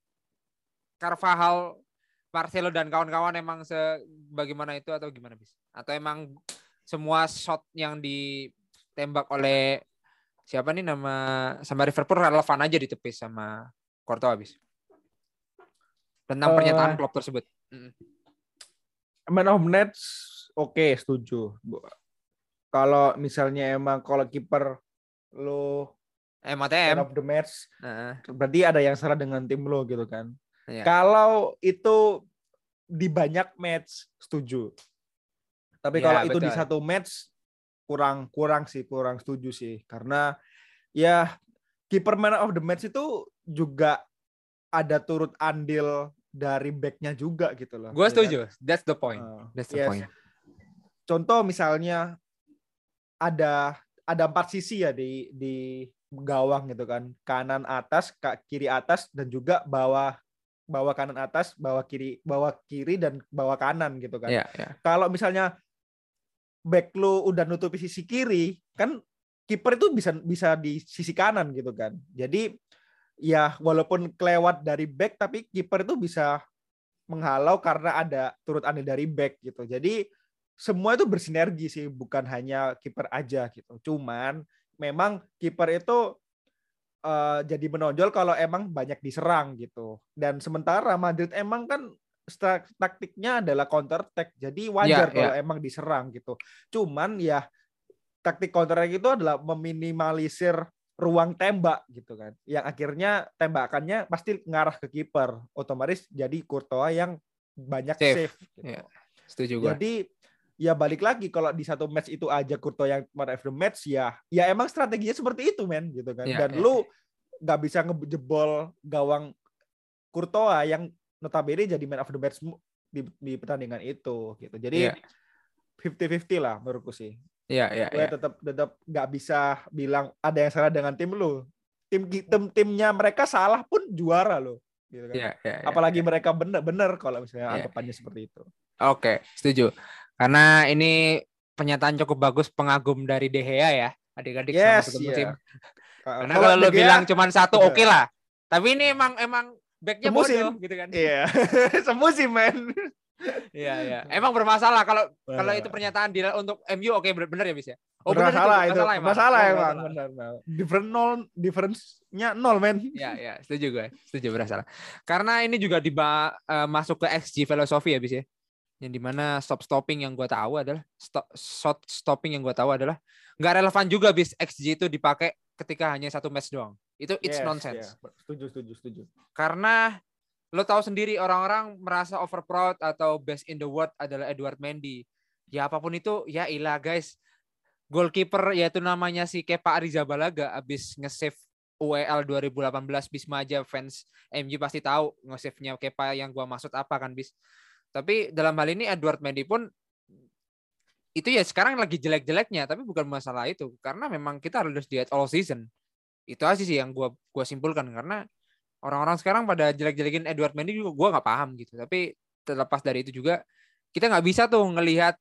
Carvajal, Marcelo dan kawan-kawan emang sebagaimana itu atau gimana, bis? Atau emang semua shot yang ditembak oleh siapa nih sama Liverpool relevan aja ditepis sama Courtois, bis? Tentang pernyataan Klopp tersebut. Man of Match oke, setuju. Kalau misalnya emang kalau kiper lo MOTM man of the match, berarti ada yang salah dengan tim lo gitu kan. Iya. Kalau itu di banyak match setuju. Tapi ya, kalau itu betul. di satu match kurang setuju sih. Karena ya kiper man of the match itu juga ada turut andil dari backnya juga gitu loh. Gue setuju. Kan? That's the point. Point. Contoh misalnya ada 4 sisi ya di gawang gitu kan. Kanan atas, kiri atas, dan juga bawah kanan atas, bawah kiri dan bawah kanan gitu kan. Yeah. Kalau misalnya back lu udah nutupi sisi kiri, kan kiper itu bisa di sisi kanan gitu kan. Jadi ya walaupun kelewat dari back, tapi kiper itu bisa menghalau karena ada turut andil dari back gitu. Jadi semua itu bersinergi sih, bukan hanya kiper aja gitu. Cuman memang kiper itu jadi menonjol kalau emang banyak diserang gitu. Dan sementara Madrid emang kan taktiknya adalah counter attack. Jadi wajar kalau emang diserang gitu. Cuman ya taktik counter attack itu adalah meminimalisir ruang tembak gitu kan. Yang akhirnya tembakannya pasti ngarah ke kiper. Otomatis jadi Courtois yang banyak save gitu. Ya, setuju gue. Jadi ya balik lagi, kalau di satu match itu aja Courtois yang man of the match, ya emang strateginya seperti itu men gitu kan. Dan lu nggak bisa ngejebol gawang Courtois yang notabene jadi man of the match di pertandingan itu gitu. Jadi 50-50 lah menurutku sih. Gue tetap nggak bisa bilang ada yang salah dengan tim lu. Timnya mereka salah pun juara loh. Gitu kan. Apalagi mereka benar kalau misalnya anggapannya seperti itu. Oke, setuju. Karena ini pernyataan cukup bagus pengagum dari De Gea ya, adik-adik sama satu musim. Karena kalau lo bilang cuma satu oke lah. Tapi ini emang backnya bodoh gitu kan. Iya. Semusim men. Iya. Emang bermasalah kalau itu pernyataan untuk MU oke benar ya bis ya. Oh bermasalah itu. Masalah emang benar. Difference-nya 0 men. Iya, setuju gue. Setuju bermasalah. Karena ini juga masuk ke XG filosofi ya bis ya. Yang dimana stopping yang gue tahu adalah stopping yang gue tahu adalah nggak relevan juga bis XG itu dipakai ketika hanya satu match doang. It's nonsense. Setuju. Karena lo tahu sendiri orang-orang merasa overproud atau best in the world adalah Edouard Mendy. Ya apapun itu, ya ilah guys. Goalkeeper yaitu namanya si Kepa Arrizabalaga abis nge-save UEL 2018 Bisma aja fans MU pasti tahu nge-save-nya Kepa yang gua maksud apa kan bis. Tapi dalam hal ini Edouard Mendy pun itu ya sekarang lagi jelek-jeleknya, tapi bukan masalah itu karena memang kita harus lihat all season. Itu aja sih yang gua simpulkan karena orang-orang sekarang pada jelek-jelekin Edouard Mendy juga gue nggak paham gitu. Tapi terlepas dari itu juga kita nggak bisa tuh ngelihat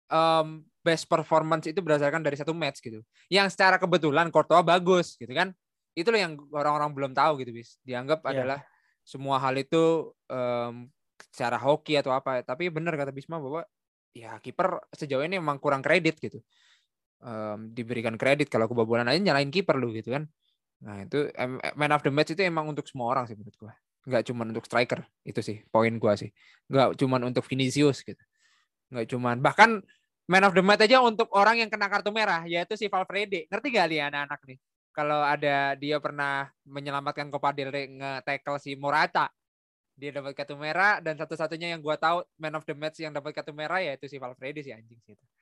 best performance itu berdasarkan dari satu match gitu. Yang secara kebetulan Courtois bagus gitu kan. Itu loh yang orang-orang belum tahu gitu bis. Dianggap adalah semua hal itu secara hoki atau apa. Tapi benar kata Bisma bahwa ya kiper sejauh ini memang kurang kredit gitu. Diberikan kredit kalau kebobolan aja nyalain kiper lu gitu kan. Nah itu man of the match itu emang untuk semua orang sih menurut gue. Nggak cuma untuk striker. Itu sih poin gue sih. Nggak cuma untuk Vinicius gitu. Nggak cuma. Bahkan man of the match aja untuk orang yang kena kartu merah. Yaitu si Valverde. Ngerti gak nih anak-anak nih? Kalau ada dia pernah menyelamatkan Copa del Rey nge-tackle si Morata. Dia dapat kartu merah. Dan satu-satunya yang gue tahu man of the match yang dapat kartu merah yaitu si Valverde si anjing sih itu.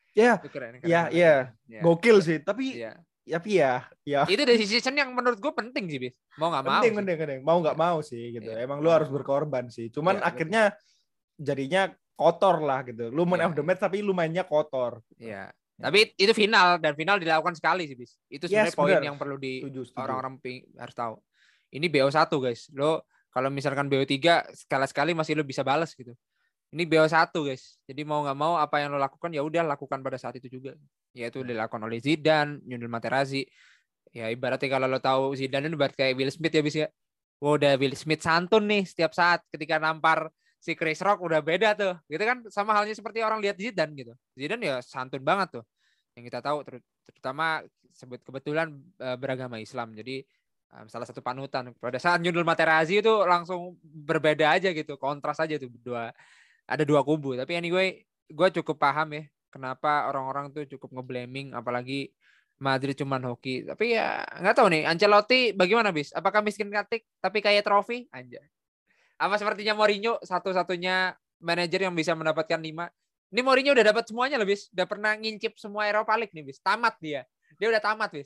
Iya. Gokil sih. Tapi ya itu decision yang menurut gue penting sih bis mau nggak mau penting mau nggak mau sih gitu emang lu harus berkorban sih cuman akhirnya jadinya kotor lah gitu lu man of the match tapi lu mainnya kotor tapi itu final dan final dilakukan sekali sih bis itu sebenarnya poin yang perlu orang-orang harus tahu ini BO1 guys lo kalau misalkan BO3 sekali masih lo bisa balas gitu. Ini BO1 guys. Jadi mau nggak mau apa yang lo lakukan ya udah lakukan pada saat itu juga. Yaitu dilakukan oleh Zidane, Lionel Materazzi. Ya ibaratnya kalau lo tahu Zidane itu ibarat kayak Will Smith ya bis ya. Wah udah Will Smith santun nih setiap saat ketika nampar si Chris Rock udah beda tuh. Gitu kan sama halnya seperti orang lihat Zidane gitu. Zidane ya santun banget tuh. Yang kita tahu terutama kebetulan beragama Islam. Jadi salah satu panutan. Pada saat Lionel Materazzi itu langsung berbeda aja gitu. Kontras aja tuh berdua. Ada dua kubu, tapi anyway, gue cukup paham ya kenapa orang-orang tuh cukup ngeblaming, apalagi Madrid cuman hoki. Tapi ya nggak tahu nih, Ancelotti bagaimana bis? Apakah miskin katik tapi kayak trofi? Anjay. Apa sepertinya Mourinho satu-satunya manajer yang bisa mendapatkan 5? Ini Mourinho udah dapat semuanya loh bis, udah pernah ngincip semua Europa League nih bis, tamat dia udah tamat bis.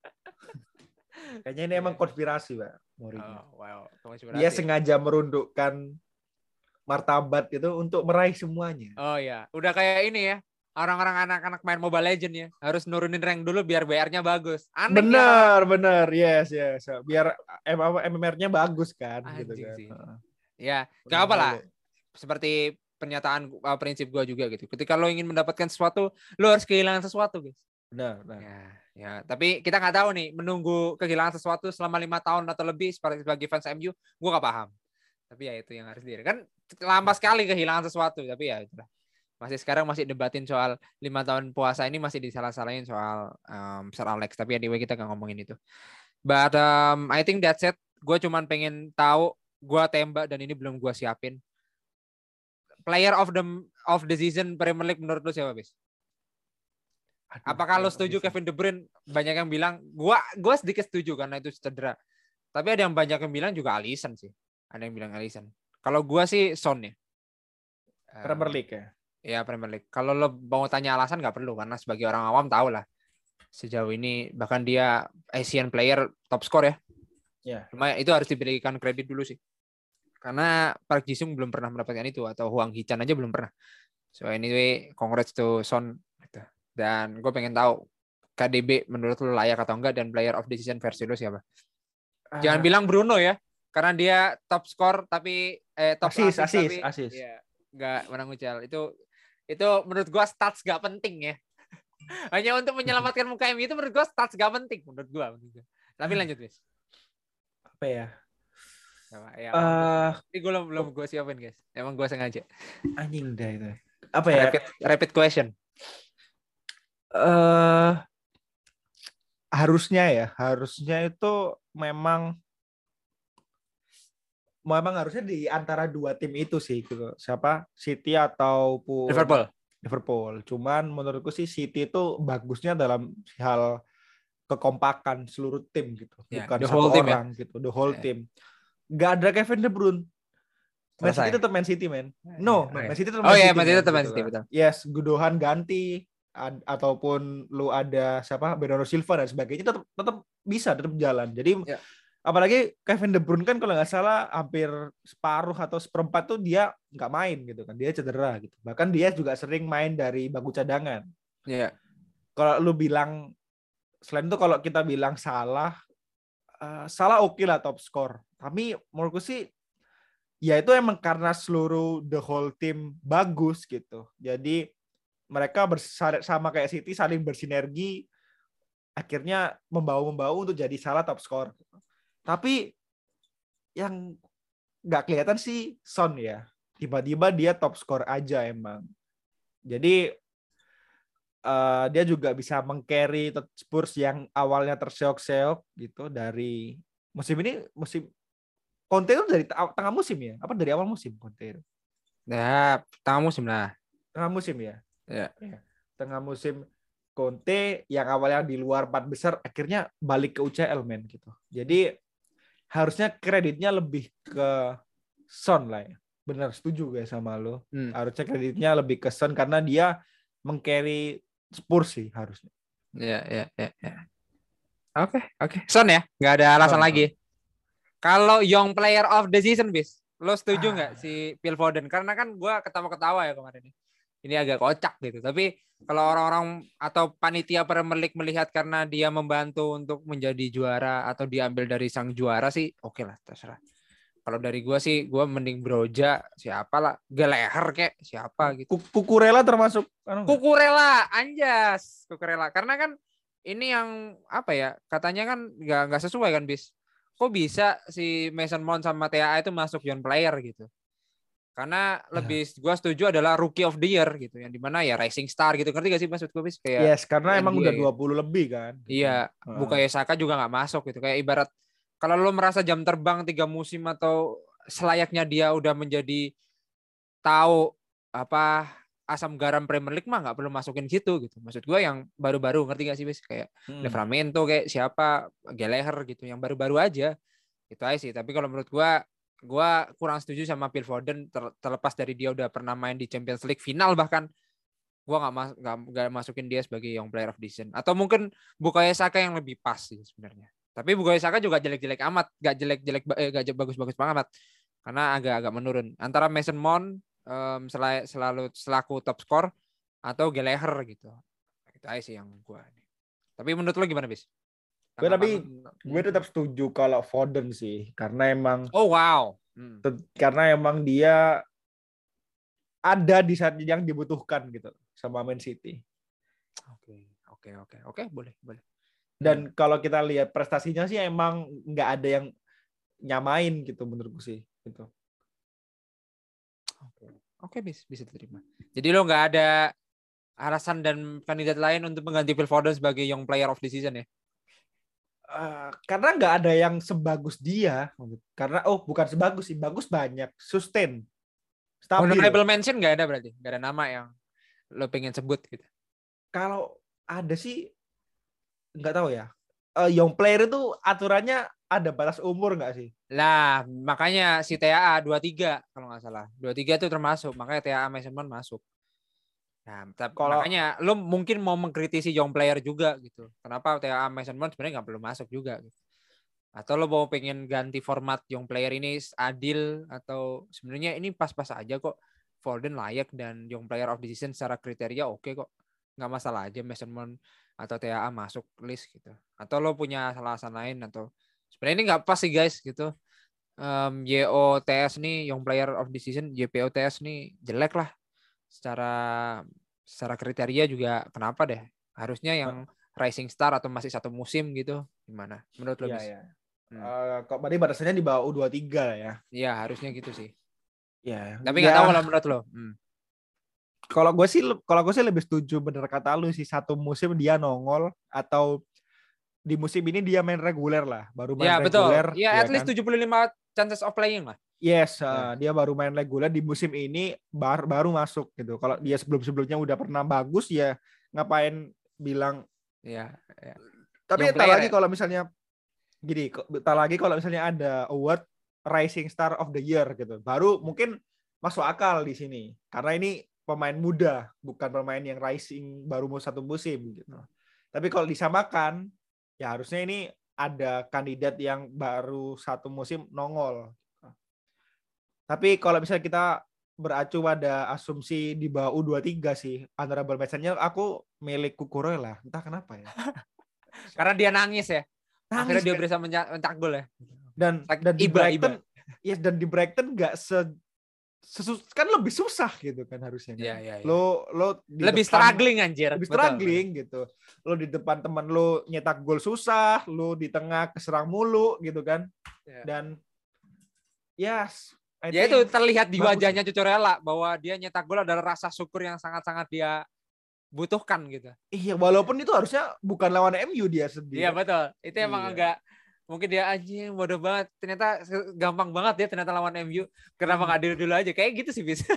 Kayaknya ini emang konspirasi Pak Mourinho. Konspirasi. Dia sengaja merundukkan martabat gitu untuk meraih semuanya. Oh ya, udah kayak ini ya. Orang-orang anak-anak main Mobile Legends ya, harus nurunin rank dulu biar BR-nya bagus. Aneh bener. Yes. Biar MMR-nya bagus kan anjing gitu kan. Sih. Ya, enggak apa lah. Seperti pernyataan prinsip gue juga gitu. Ketika lo ingin mendapatkan sesuatu, lo harus kehilangan sesuatu, guys. Benar. Ya. Tapi kita nggak tahu nih, menunggu kehilangan sesuatu selama 5 tahun atau lebih sebagai fans MU, gue nggak paham. Tapi ya itu yang harus diri. Kan lama sekali kehilangan sesuatu, tapi ya itulah. Sekarang masih debatin soal 5 tahun puasa ini, masih disalah-salahin soal Sir Alex. Tapi anyway kita nggak ngomongin itu. But I think that's it. Gue cuman pengen tahu, gue tembak dan ini belum gue siapin. Player of the season Premier League menurut lu siapa, Bis? Apakah lo setuju Kevin De Bruyne? Banyak yang bilang, gue sedikit setuju karena itu cedera. Tapi ada yang banyak yang bilang juga Alisson sih. Ada yang bilang Alisson. Kalau gue sih Son ya. Premier League ya. Ya Premier League. Kalau lo mau tanya alasan nggak perlu, karena sebagai orang awam tahu lah. Sejauh ini bahkan dia Asian player top score ya. Ya. Cuma itu harus diberikan kredit dulu sih. Karena Park Ji-sung belum pernah mendapatkan itu, atau Hwang Hee-chan aja belum pernah. So anyway, congrats to Son. Dan gue pengen tahu KDB menurut lo layak atau enggak, dan player of the season versi lo siapa? Jangan bilang Bruno ya, karena dia top score tapi top asis. Ya, enggak menang ucal. Itu menurut gue stats gak penting ya. Hanya untuk menyelamatkan muka MU itu menurut gue stats gak penting menurut gue. Tapi lanjut, guys. Apa ya? Ya, ini gue belum gue siapin, guys. Emang gue sengaja. Anjing dah itu. Apa ya? Rapid question. Harusnya itu memang harusnya di antara dua tim itu sih gitu. Siapa? City ataupun Liverpool. Cuman menurutku sih City itu bagusnya dalam hal kekompakan seluruh tim gitu. Bukan satu orang gitu, the whole team. Gak ada Kevin De Bruyne. Man City tetap Man City, man. Man City tetap Man City. Man City tetap Man City, betul. Yes, Gundogan ganti ataupun lu ada siapa? Bernardo Silva dan sebagainya tetap bisa, tetap jalan. Jadi apalagi Kevin De Bruyne kan kalau nggak salah hampir separuh atau seperempat tuh dia nggak main gitu kan, dia cedera gitu. Bahkan dia juga sering main dari bangku cadangan. Iya. Kalau lu bilang selain itu, kalau kita bilang salah oke lah top score. Tapi menurutku sih ya itu emang karena seluruh the whole team bagus gitu. Jadi mereka sama kayak City saling bersinergi, akhirnya membawa untuk jadi salah top score. Tapi yang nggak kelihatan sih Son ya. Tiba-tiba dia top score aja emang. Jadi dia juga bisa meng-carry Spurs yang awalnya terseok-seok gitu dari musim ini. Conte itu dari tengah musim ya? Apa dari awal musim Conte itu? Ya, tengah musim lah. Tengah musim ya? Ya. Tengah musim Conte yang awalnya di luar 4 besar akhirnya balik ke UCL, men gitu. Jadi harusnya kreditnya lebih ke Son lah ya. Benar, setuju guys sama lo. Harusnya kreditnya lebih ke Son karena dia meng-carry Spurs sih harusnya. Ya. Oke. Son ya, nggak ada alasan lagi. Kalau young player of the season, Bis, lo setuju nggak si Phil Foden? Karena kan gue ketawa-ketawa ya kemarin ini. Ini agak kocak gitu. Tapi kalau orang-orang atau panitia Premier League melihat karena dia membantu untuk menjadi juara atau diambil dari sang juara sih, oke lah, terserah. Kalau dari gue sih, gue mending Broja, siapa lah, Gallagher kayak siapa gitu. Cucurella termasuk? Cucurella, anjas, Cucurella. Karena kan ini yang apa ya? Katanya kan nggak sesuai kan, Bis. Kok bisa si Mason Mount sama TAA itu masuk young player gitu? Karena lebih gue setuju adalah Rookie of the Year gitu, yang dimana ya Rising Star gitu, ngerti gak sih maksud gue, Bis? Kayak yes, karena emang udah 20 lebih kan gitu. Iya, Bukayo Saka juga nggak masuk gitu. Kayak ibarat kalau lo merasa jam terbang 3 musim atau selayaknya dia udah menjadi tahu apa asam garam Premier League mah nggak perlu masukin gitu maksud gue. Yang baru-baru, ngerti gak sih, Bis? Kayak Livramento, kayak siapa, Gallagher gitu, yang baru-baru aja itu aja sih. Tapi kalau menurut gue kurang setuju sama Phil Foden, terlepas dari dia udah pernah main di Champions League final, bahkan gue nggak masukin dia sebagai young player of the season. Atau mungkin Bukayo Saka yang lebih pas sih sebenarnya. Tapi Bukayo Saka juga jelek-jelek amat, gak bagus-bagus banget, karena agak menurun antara Mason Mount selaku top score atau Gallagher gitu. Itu aja sih yang gue. Tapi menurut lo gimana, Bis? Gue tetap setuju kalau Foden sih, karena emang karena emang dia ada di saat yang dibutuhkan gitu sama Man City. Oke, boleh. Dan kalau kita lihat prestasinya sih emang nggak ada yang nyamain gitu menurutku sih gitu. Oke, bisa diterima. Jadi lo nggak ada alasan dan kandidat lain untuk mengganti Phil Foden sebagai Young Player of the Season ya? Karena nggak ada yang sebagus dia. Karena bukan sebagus sih, bagus banyak, sustain, stabil. Honorable mention nggak ada berarti, nggak ada nama yang lo pengen sebut gitu. Kalau ada sih nggak tahu ya. Young player itu aturannya ada batas umur nggak sih? Lah, makanya si TAA 23 kalau nggak salah. 23 itu termasuk, makanya TAA Mason Mount masuk. Nah, makanya lo mungkin mau mengkritisi young player juga gitu. Kenapa TAA Mason Mount sebenarnya nggak perlu masuk juga gitu. Atau lo mau pengen ganti format young player ini adil, atau sebenarnya ini pas-pas aja kok. Foden layak dan young player of the season secara kriteria oke kok. Nggak masalah aja Mason Mount atau TAA masuk list gitu. Atau lo punya alasan lain, atau sebenarnya ini nggak pas sih guys gitu. YOTS nih young player of the season, YPOTS nih jelek lah secara kriteria juga. Kenapa deh harusnya yang rising star atau masih satu musim gitu, gimana menurut lo? Iya. Kok berarti batasannya di bawah U23 ya? Iya, harusnya gitu sih. Ya. Tapi nggak tahu kalau menurut lo. Kalau gue sih lebih setuju bener kata lu sih, satu musim dia nongol, atau di musim ini dia main reguler lah, baru main reguler. Betul. Ya, at least 75 chances of playing lah. Yes, dia baru main reguler di musim ini, baru masuk gitu. Kalau dia sebelumnya udah pernah bagus ya ngapain bilang. Ya. Tapi tak lagi kalau misalnya gini, tak lagi kalau misalnya ada award Rising Star of the Year gitu, baru mungkin masuk akal di sini, karena ini pemain muda, bukan pemain yang rising baru mau satu musim gitu. Tapi kalau disamakan, ya harusnya ini ada kandidat yang baru satu musim nongol. Tapi kalau misalnya kita beracu pada asumsi di bawah U23 sih, honorable mention-nya aku milik Cucurella, entah kenapa ya. Karena dia nangis ya. Akhirnya dia kan? berusaha mencetak gol ya. Dan di Brighton, yes, dan di Brighton nggak kan lebih susah gitu kan harusnya kan. Ya. Lo lebih struggling anjir. Lebih struggling gitu. Lo di depan teman lo nyetak gol susah, lo di tengah keserang mulu gitu kan. Ya. Dan yes, ya itu terlihat di wajahnya Cucurella bahwa dia nyetak gol adalah rasa syukur yang sangat-sangat dia butuhkan gitu. Iya, walaupun itu harusnya bukan lawan MU dia sendiri. Iya betul. Itu emang agak mungkin dia anjing bodoh banget. Ternyata gampang banget dia ternyata lawan MU. Kenapa nggak dulu aja? Kayak gitu sih bisa.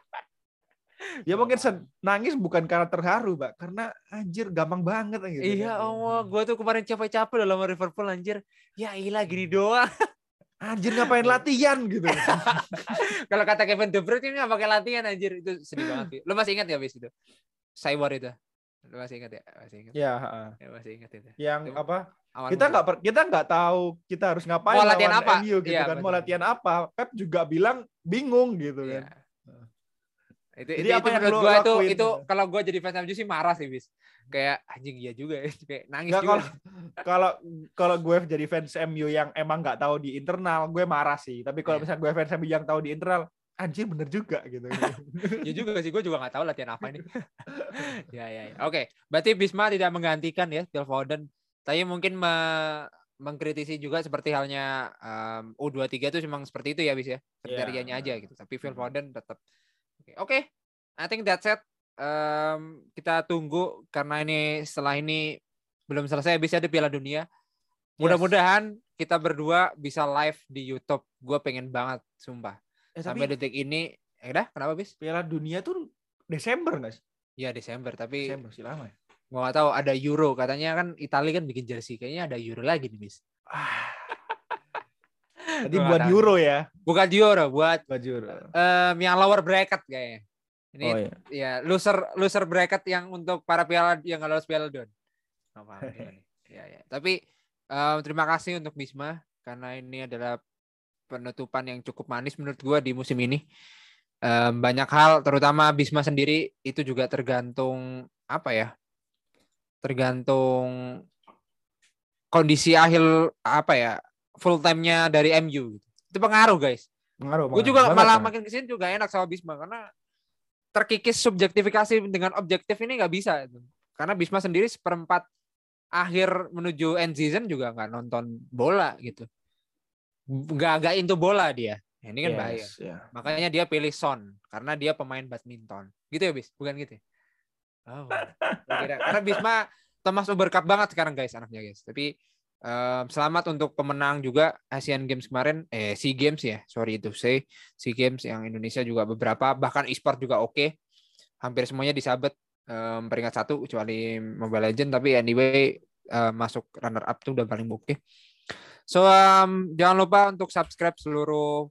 Ya mungkin nangis bukan karena terharu, Mbak, karena anjir gampang banget gitu. Iya, Allah, gue tuh kemarin capek-capek dalam Liverpool anjir. Ya ilah gini doang. Anjir ngapain latihan gitu. Kalau kata Kevin De Bruyne ini nggak pakai latihan anjir, itu sedih banget. Lo masih ingat ya bis itu? Cyber itu. Lo masih ingat ya? Masih ingat. Ya, masih ingat itu. Yang itu, apa? Kita nggak tahu kita harus ngapain mau latihan lawan apa? MU gitu kan. Betul. Mau latihan apa? Pep juga bilang bingung gitu kan. Jadi apa yang menurut gue itu kalau gue jadi fans MU sih marah sih bis. Kayak anjing iya juga ya, kayak nangis nggak, juga. Kalau gue jadi fans MU yang emang nggak tahu di internal, gue marah sih. Tapi kalau misalnya gue fans MU yang tahu di internal, anjir bener juga gitu. Ya juga sih, gue juga nggak tahu latihan apa ini. ya. Oke, berarti Bisma tidak menggantikan ya Phil Foden. Tapi mungkin mengkritisi juga seperti halnya U23 itu memang seperti itu ya bis ya, kriterianya aja gitu. Tapi Phil Foden tetap Oke. I think that's it. Kita tunggu karena ini setelah ini belum selesai bisa di Piala Dunia. Mudah-mudahan kita berdua bisa live di YouTube. Gue pengen banget, sumpah. Sampai detik ini, kenapa bis? Piala Dunia tuh Desember nggak sih? Iya Desember, tapi Desember sih lama ya. Gue nggak tahu, ada Euro katanya kan, Italia kan bikin jersey, kayaknya ada Euro lagi nih bis. Jadi buat Euro ya? Bukan Euro, buat Euro. Yang lower bracket kayaknya. Ini ya loser bracket yang untuk para piala yang nggak lolos Piala Dunia. Ya. Tapi terima kasih untuk Bisma karena ini adalah penutupan yang cukup manis menurut gue di musim ini. Banyak hal, terutama Bisma sendiri itu juga tergantung tergantung kondisi akhir full time-nya dari MU gitu. Itu pengaruh guys. Gue juga malah makin kesini juga enak sama Bisma karena terkikis subjektifikasi dengan objektif ini nggak bisa. Karena Bisma sendiri seperempat akhir menuju end season juga nggak nonton bola gitu. Nggak into bola dia. Ini kan bahaya. Yeah. Makanya dia pilih Son karena dia pemain badminton. Gitu ya, Bis? Bukan gitu ya? Oh, karena Bisma Thomas Uber Cup banget sekarang guys, anaknya guys. Tapi selamat untuk pemenang juga Asian Games kemarin. SEA Games ya, sorry itu SEA Games yang Indonesia juga beberapa, bahkan e-sport juga oke. Hampir semuanya disabet peringkat 1 kecuali Mobile Legends. Tapi anyway masuk runner up tuh udah paling oke. So jangan lupa untuk subscribe seluruh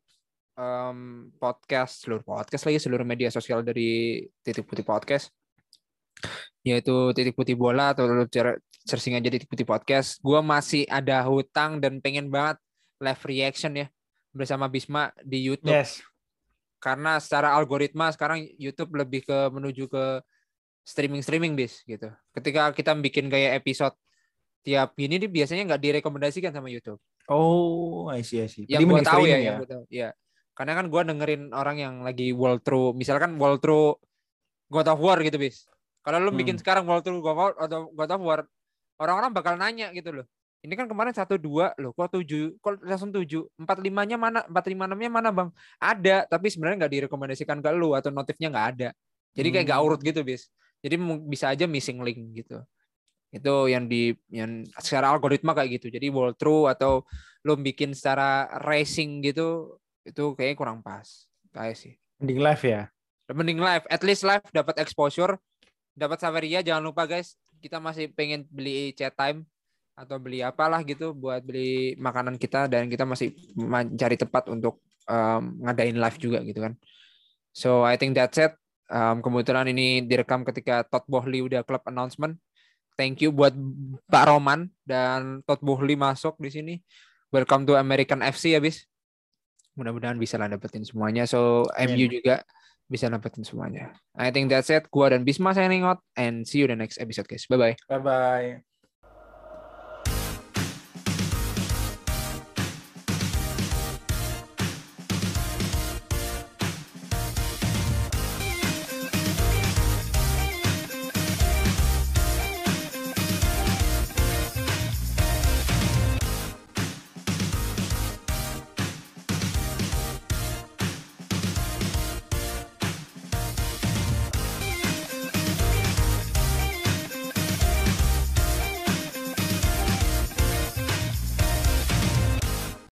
seluruh media sosial dari Titik Putih Podcast, yaitu Titik Putih Bola atau searching aja Titik Putih Podcast. Gue masih ada hutang dan pengen banget live reaction ya bersama Bisma di YouTube. Yes. Karena secara algoritma sekarang YouTube lebih ke menuju ke streaming bis gitu. Ketika kita bikin kayak episode tiap ini biasanya nggak direkomendasikan sama YouTube. Oh, I see. Yang gue tahu ya, yang gue tahu. Ya. Karena kan gue dengerin orang yang lagi world through, misalkan world through God of War gitu, Bis. Kalau lu bikin sekarang world through God of War, orang-orang bakal nanya gitu loh. Ini kan kemarin 1-2 loh, kok 7, kok langsung 7, 4-5-nya mana, 4-5-6-nya mana bang? Ada, tapi sebenarnya nggak direkomendasikan ke lu atau notifnya nggak ada. Jadi kayak nggak urut gitu, Bis. Jadi bisa aja missing link gitu. Itu yang secara algoritma kayak gitu. Jadi world through atau lu bikin secara racing gitu, itu kayaknya kurang pas. Kayak sih. Mending live ya. Mending live, at least live dapat exposure, dapat Saveria. Jangan lupa guys, kita masih pengen beli chat time atau beli apalah gitu buat beli makanan kita, dan kita masih mencari tempat untuk ngadain live juga gitu kan. So I think that's it. Kebetulan ini direkam ketika Todd Boehly udah club announcement. Thank you buat Pak Roman dan Todd Boehly masuk di sini. Welcome to American FC ya, Bis. Mudah-mudahan bisa lah dapetin semuanya. So MU juga bisa dapetin semuanya. I think that's it. Gua dan Bisma signing out and see you the next episode guys. Bye-bye. Bye-bye.